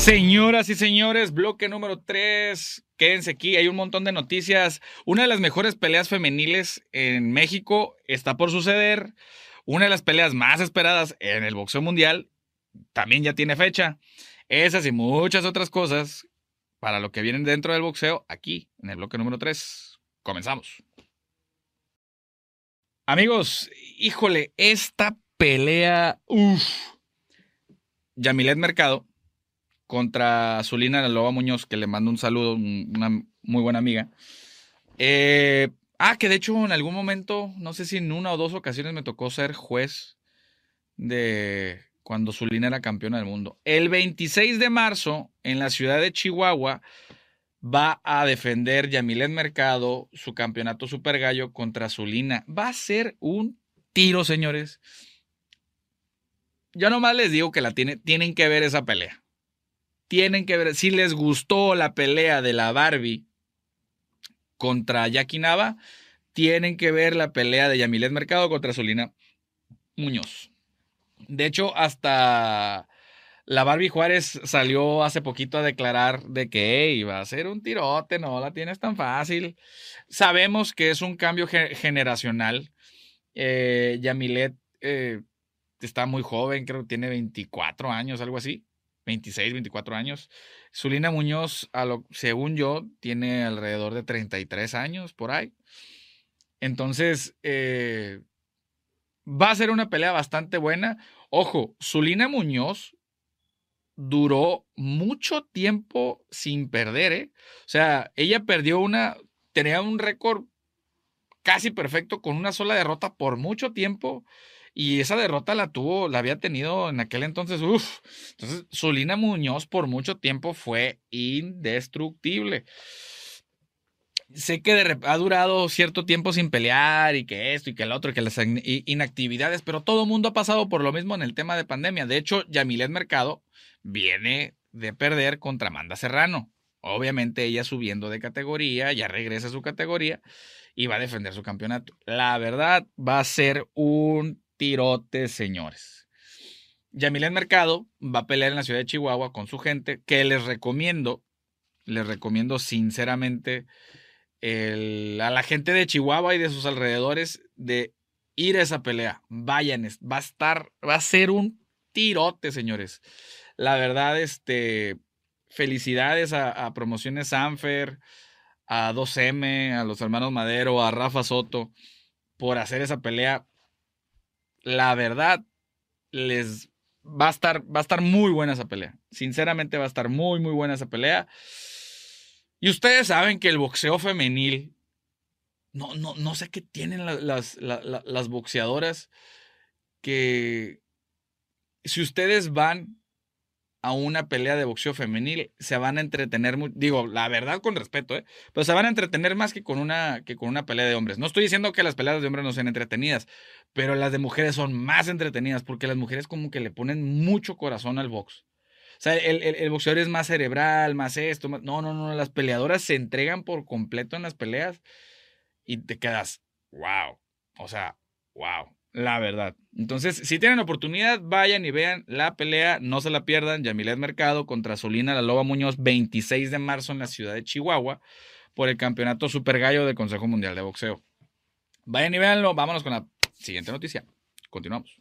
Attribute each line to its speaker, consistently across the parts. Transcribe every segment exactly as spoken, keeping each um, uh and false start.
Speaker 1: Señoras y señores, bloque número tres. Quédense aquí, hay un montón de noticias. Una de las mejores peleas femeniles en México está por suceder. Una de las peleas más esperadas en el boxeo mundial también ya tiene fecha. Esas y muchas otras cosas para lo que vienen dentro del boxeo aquí en el bloque número tres. Comenzamos. Amigos, híjole, esta pelea, uff. Yamilet Mercado contra Zulina La Loba Muñoz, que le mando un saludo, una muy buena amiga. Eh, ah, que de hecho en algún momento, no sé si en una o dos ocasiones me tocó ser juez de cuando Zulina era campeona del mundo. El veintiséis de marzo, en la ciudad de Chihuahua, va a defender Yamilet Mercado su campeonato Super Gallo contra Zulina. Va a ser un tiro, señores. Yo nomás les digo que la tiene, tienen que ver esa pelea. Tienen que ver, si les gustó la pelea de la Barbie contra Jackie Nava, tienen que ver la pelea de Yamilet Mercado contra Zulina Muñoz. De hecho, hasta la Barbie Juárez salió hace poquito a declarar de que hey, va a ser un tirote, no la tienes tan fácil. Sabemos que es un cambio ge- generacional. Eh, Yamilet eh, está muy joven, creo que tiene veinticuatro años, algo así. veintiséis, veinticuatro años. Zulina Muñoz, a lo, según yo, tiene alrededor de treinta y tres años, por ahí. Entonces, eh, va a ser una pelea bastante buena. Ojo, Zulina Muñoz duró mucho tiempo sin perder, ¿eh? O sea, ella perdió una, tenía un récord casi perfecto con una sola derrota por mucho tiempo. Y esa derrota la tuvo, la había tenido en aquel entonces, uff. Entonces, Zulina Muñoz por mucho tiempo fue indestructible. Sé que de, ha durado cierto tiempo sin pelear y que esto y que el otro y que las inactividades, pero todo el mundo ha pasado por lo mismo en el tema de pandemia. De hecho, Yamilet Mercado viene de perder contra Amanda Serrano. Obviamente ella subiendo de categoría, ya regresa a su categoría y va a defender su campeonato. La verdad va a ser un tirote, señores. Yamilet Mercado va a pelear en la ciudad de Chihuahua con su gente, que les recomiendo, les recomiendo sinceramente el, a la gente de Chihuahua y de sus alrededores de ir a esa pelea. Vayan, va a estar, va a ser un tirote, señores. La verdad, este, felicidades a, a Promociones Sanfer, a dos eme, a los hermanos Madero, a Rafa Soto, por hacer esa pelea. La verdad, les va a estar, va a estar muy buena esa pelea. Sinceramente va a estar muy, muy buena esa pelea. Y ustedes saben que el boxeo femenil, no, no, no sé qué tienen las, las, las, las boxeadoras, que si ustedes van a una pelea de boxeo femenil, se van a entretener, muy, digo, la verdad con respeto, ¿eh? Pero se van a entretener más que con, una, que con una pelea de hombres. No estoy diciendo que las peleas de hombres no sean entretenidas, pero las de mujeres son más entretenidas porque las mujeres como que le ponen mucho corazón al box. O sea, el, el, el boxeador es más cerebral, más esto, más... No, no, no, las peleadoras se entregan por completo en las peleas y te quedas, wow, o sea, wow. La verdad. Entonces, si tienen oportunidad, vayan y vean la pelea, no se la pierdan. Yamilet Mercado contra Zulina La Loba Muñoz, veintiséis de marzo en la ciudad de Chihuahua, por el campeonato Super Gallo del Consejo Mundial de Boxeo. Vayan y véanlo. Vámonos con la siguiente noticia. Continuamos.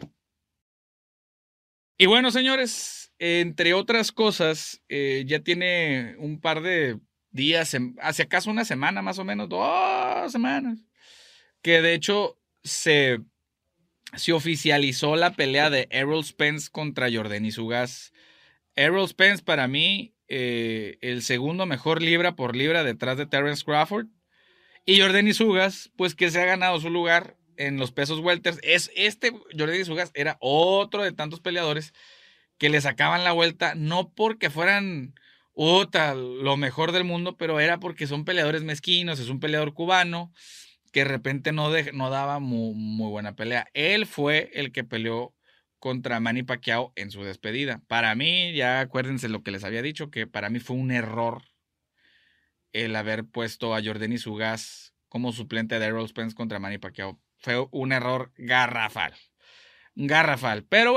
Speaker 1: Y bueno, señores, entre otras cosas, eh, ya tiene un par de días, hacia acaso una semana más o menos, dos semanas, que de hecho se... se oficializó la pelea de Errol Spence contra Yordenis Ugas. Errol Spence, para mí, eh, el segundo mejor libra por libra detrás de Terence Crawford. Y Yordenis Ugas, pues que se ha ganado su lugar en los pesos welters. Es, este Yordenis Ugas era otro de tantos peleadores que le sacaban la vuelta, no porque fueran otra, lo mejor del mundo, pero era porque son peleadores mezquinos, es un peleador cubano que de repente no, de, no daba muy, muy buena pelea. Él fue el que peleó contra Manny Pacquiao en su despedida. Para mí, ya acuérdense lo que les había dicho, que para mí fue un error el haber puesto a Yordenis Ugas como suplente de Errol Spence contra Manny Pacquiao. Fue un error garrafal. Garrafal. Pero bueno,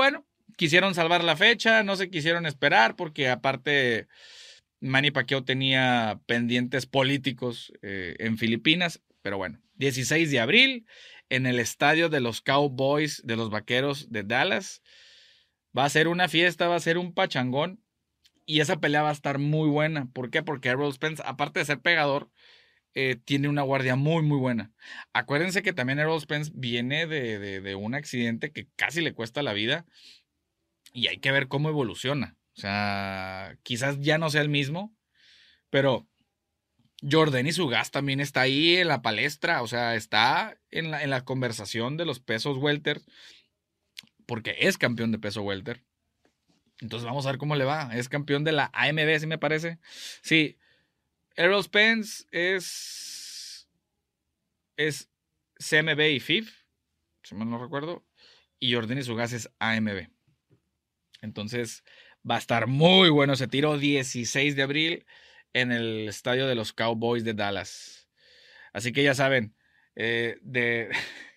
Speaker 1: quisieron salvar la fecha, no se quisieron esperar porque aparte Manny Pacquiao tenía pendientes políticos eh, en Filipinas, pero bueno, dieciséis de abril en el estadio de los Cowboys de los Vaqueros de Dallas. Va a ser una fiesta, va a ser un pachangón y esa pelea va a estar muy buena. ¿Por qué? Porque Errol Spence, aparte de ser pegador, eh, tiene una guardia muy, muy buena. Acuérdense que también Errol Spence viene de, de, de un accidente que casi le cuesta la vida y hay que ver cómo evoluciona. O sea, quizás ya no sea el mismo, pero Jordan su gas también está ahí en la palestra, o sea, está en la, en la conversación de los pesos welter, porque es campeón de peso welter. Entonces vamos a ver cómo le va. Es campeón de la A M B, ¿sí me parece? Sí, Errol Spence es, es C M B y F I F, si mal no recuerdo, y Jordan su gas es A M B. Entonces va a estar muy bueno ese tiro, dieciséis de abril en el estadio de los Cowboys de Dallas. Así que ya saben, eh, de,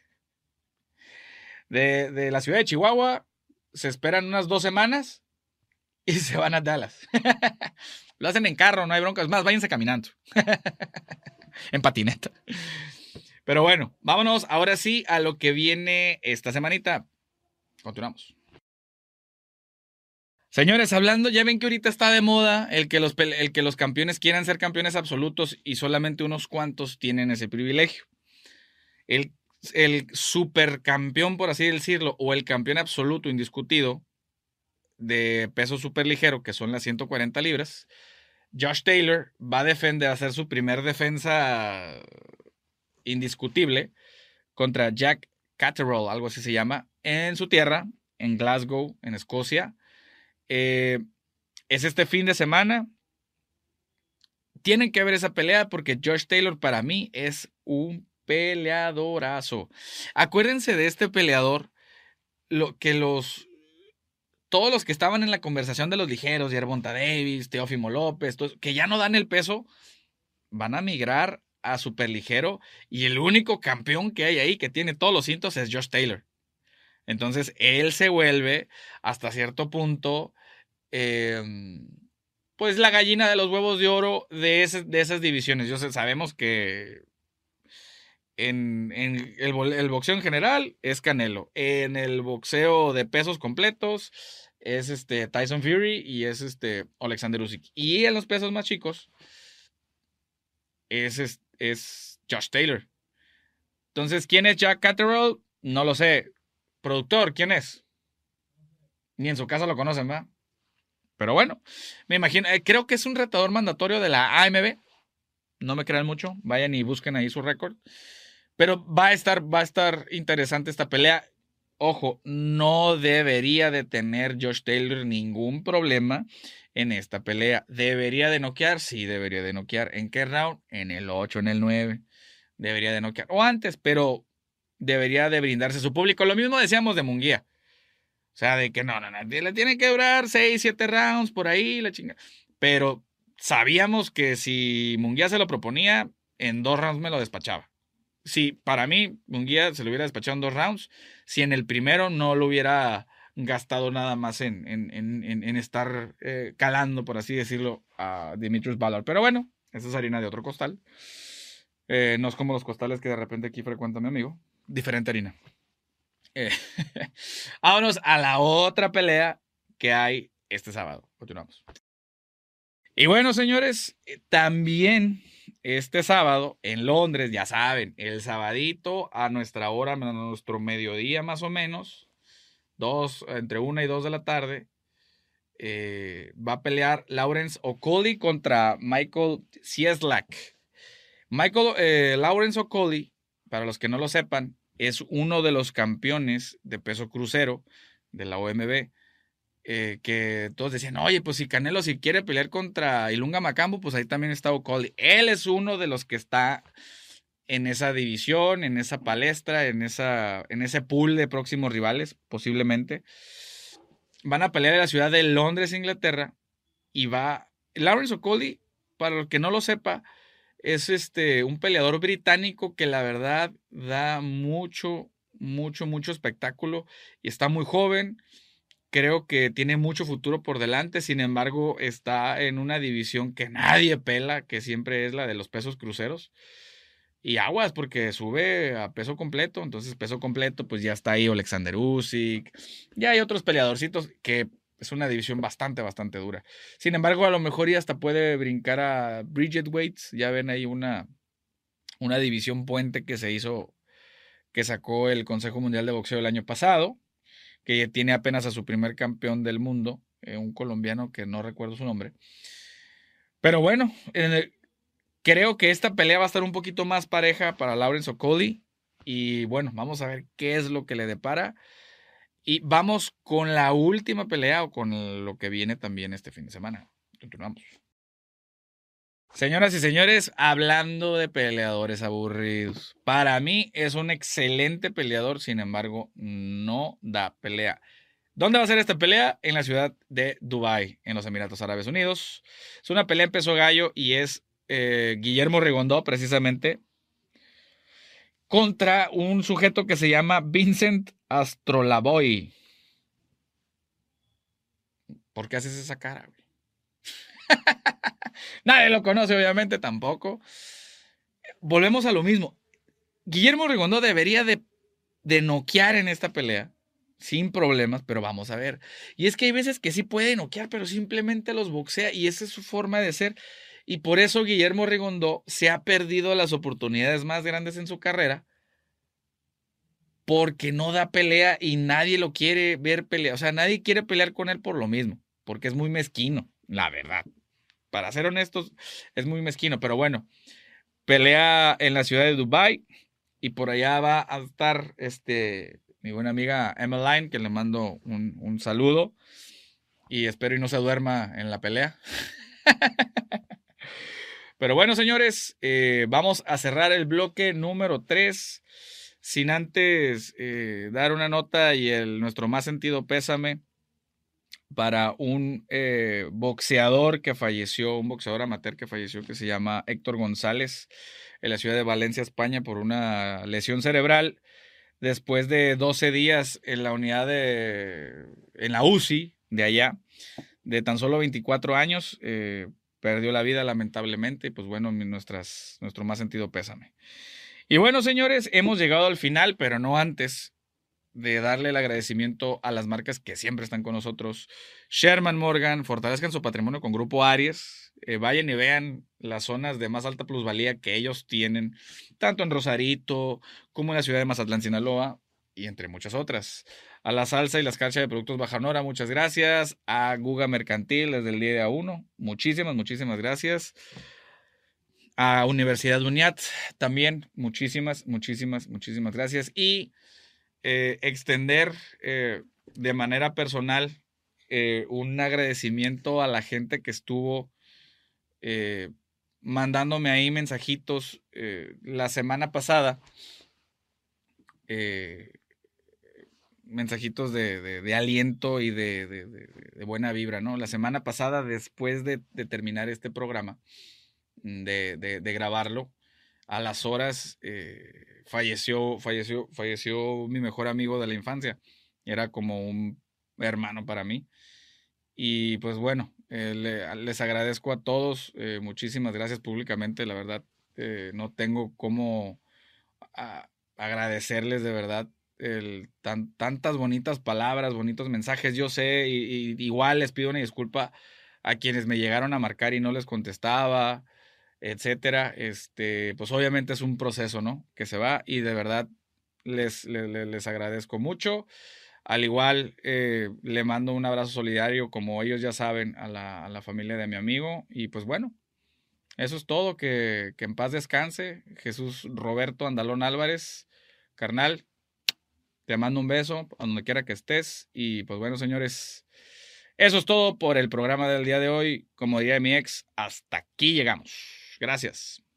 Speaker 1: de, de la ciudad de Chihuahua se esperan unas dos semanas y se van a Dallas. Lo hacen en carro, no hay broncas. Más, váyanse caminando. En patineta. Pero bueno, vámonos ahora sí a lo que viene esta semanita. Continuamos. Señores, hablando, ya ven que ahorita está de moda el que, los, el que los campeones quieran ser campeones absolutos y solamente unos cuantos tienen ese privilegio. El, el supercampeón, por así decirlo, o el campeón absoluto indiscutido de peso superligero, que son las ciento cuarenta libras, Josh Taylor va a defender, a hacer su primer defensa indiscutible contra Jack Catterall, algo así se llama, en su tierra, en Glasgow, en Escocia. Eh, es este fin de semana. Tienen que ver esa pelea porque Josh Taylor para mí es un peleadorazo. Acuérdense de este peleador, lo que los todos los que estaban en la conversación de los ligeros, Gervonta Davis, Teófimo López, todos, que ya no dan el peso, van a migrar a superligero y el único campeón que hay ahí que tiene todos los cintos es Josh Taylor. Entonces él se vuelve hasta cierto punto eh, pues la gallina de los huevos de oro de, ese, de esas divisiones. Yo sé, sabemos que en, en el, el boxeo en general es Canelo. En el boxeo de pesos completos es este Tyson Fury y es este Alexander Usyk. Y en los pesos más chicos es, es, es Josh Taylor. Entonces, ¿quién es Jack Catterall? No lo sé. Productor, ¿quién es? Ni en su casa lo conocen, ¿verdad? Pero bueno, me imagino, eh, creo que es un retador mandatorio de la A M B. No me crean mucho, vayan y busquen ahí su récord. Pero va a estar, va a estar interesante esta pelea. Ojo, no debería de tener Josh Taylor ningún problema en esta pelea. ¿Debería de noquear? Sí, debería de noquear. ¿En qué round? En el ocho, en el nueve. Debería de noquear. O antes, pero debería de brindarse a su público. Lo mismo decíamos de Munguía. O sea, de que no, no, no, le tiene que durar seis, siete rounds por ahí, la chinga. Pero sabíamos que si Munguía se lo proponía, en dos rounds me lo despachaba. Si para mí Munguía se lo hubiera despachado en dos rounds, si en el primero no lo hubiera gastado nada más en, en, en, en estar eh, calando, por así decirlo, a Demetrius Ballard. Pero bueno, esa es harina de otro costal. Eh, no es como los costales que de repente aquí frecuenta mi amigo. Diferente harina. Eh, vámonos a la otra pelea que hay este sábado. Continuamos. Y bueno, señores, también este sábado en Londres, ya saben, el sabadito a nuestra hora, a nuestro mediodía más o menos, dos, entre una y dos de la tarde, eh, va a pelear Lawrence Okolie contra Michael Cieslak. Michael eh, Lawrence Okolie, para los que no lo sepan, es uno de los campeones de peso crucero de la O M B. Eh, que todos decían, oye, pues si Canelo si quiere pelear contra Ilunga Macambo, pues ahí también está Okolie. Él es uno de los que está en esa división, en esa palestra, en, esa, en ese pool de próximos rivales, posiblemente. Van a pelear en la ciudad de Londres, Inglaterra, y va... Lawrence Okolie, para el que no lo sepa, es este, un peleador británico que la verdad da mucho, mucho, mucho espectáculo y está muy joven. creo que tiene mucho futuro por delante, sin embargo, está en una división que nadie pela, que siempre es la de los pesos cruceros. Y aguas, porque sube a peso completo, entonces peso completo, pues ya está ahí Alexander Usyk, ya hay otros peleadorcitos que es una división bastante, bastante dura. Sin embargo, a lo mejor ya hasta puede brincar a Bridget Weights, ya ven ahí una, una división puente que se hizo, que sacó el Consejo Mundial de Boxeo el año pasado, que tiene apenas a su primer campeón del mundo, eh, un colombiano que no recuerdo su nombre. Pero bueno, en el, creo que esta pelea va a estar un poquito más pareja para Lawrence Okolie. Y bueno, vamos a ver qué es lo que le depara. Y vamos con la última pelea o con lo que viene también este fin de semana. Continuamos. Señoras y señores, hablando de peleadores aburridos. Para mí es un excelente peleador, sin embargo, no da pelea. ¿Dónde va a ser esta pelea? En la ciudad de Dubái, en los Emiratos Árabes Unidos. Es una pelea en peso gallo y es eh, Guillermo Rigondó, precisamente, contra un sujeto que se llama Vincent Astrolaboy. ¿Por qué haces esa cara, güey? Nadie lo conoce, obviamente, tampoco. Volvemos a lo mismo. Guillermo Rigondó debería de, de noquear en esta pelea, sin problemas, pero vamos a ver. Y es que hay veces que sí puede noquear, pero simplemente los boxea y esa es su forma de ser. Y por eso Guillermo Rigondó se ha perdido las oportunidades más grandes en su carrera, porque no da pelea y nadie lo quiere ver pelear. O sea, nadie quiere pelear con él por lo mismo, porque es muy mezquino, la verdad. Para ser honestos, es muy mezquino, pero bueno, pelea en la ciudad de Dubái y por allá va a estar este, mi buena amiga Emmeline, que le mando un, un saludo y espero y no se duerma en la pelea. Pero bueno, señores, eh, vamos a cerrar el bloque número tres. Sin antes eh, dar una nota y el, nuestro más sentido pésame para un eh, boxeador que falleció, un boxeador amateur que falleció, que se llama Héctor González, en la ciudad de Valencia, España, por una lesión cerebral. Después de doce días en la unidad de, en la U C I de allá, de tan solo veinticuatro años, eh, perdió la vida lamentablemente. Y pues bueno, nuestras, nuestro más sentido pésame. Y bueno, señores, hemos llegado al final, pero no antes de darle el agradecimiento a las marcas que siempre están con nosotros. Sherman Morgan, fortalezcan su patrimonio con Grupo Aries. Eh, vayan y vean las zonas de más alta plusvalía que ellos tienen, tanto en Rosarito como en la ciudad de Mazatlán, Sinaloa, y entre muchas otras. A La Salsa y las Canchas de Productos Bajanora, muchas gracias. A Guga Mercantil desde el día uno, muchísimas, muchísimas gracias. A Universidad UNIAT también, muchísimas, muchísimas, muchísimas gracias. Y eh, extender eh, de manera personal eh, un agradecimiento a la gente que estuvo eh, mandándome ahí mensajitos eh, la semana pasada. Eh, mensajitos de, de, de aliento y de, de, de, de buena vibra, ¿no? La semana pasada, después de, de terminar este programa, de, de, de grabarlo, a las horas eh, falleció, falleció, falleció mi mejor amigo de la infancia. Era como un hermano para mí. Y pues bueno, eh, le, les agradezco a todos. Eh, muchísimas gracias públicamente. La verdad, eh, no tengo cómo a, agradecerles de verdad el, tan, tantas bonitas palabras, bonitos mensajes. Yo sé, y, y igual les pido una disculpa a quienes me llegaron a marcar y no les contestaba, etcétera. Este, pues obviamente es un proceso, ¿no? Que se va y de verdad les, les, les agradezco mucho. Al igual, eh, le mando un abrazo solidario, como ellos ya saben, a la, a la familia de mi amigo. Y pues bueno, eso es todo. Que, que en paz descanse. Jesús Roberto Andalón Álvarez, carnal, te mando un beso a donde quiera que estés. Y pues bueno, señores, eso es todo por el programa del día de hoy. Como diría mi ex, hasta aquí llegamos. Gracias.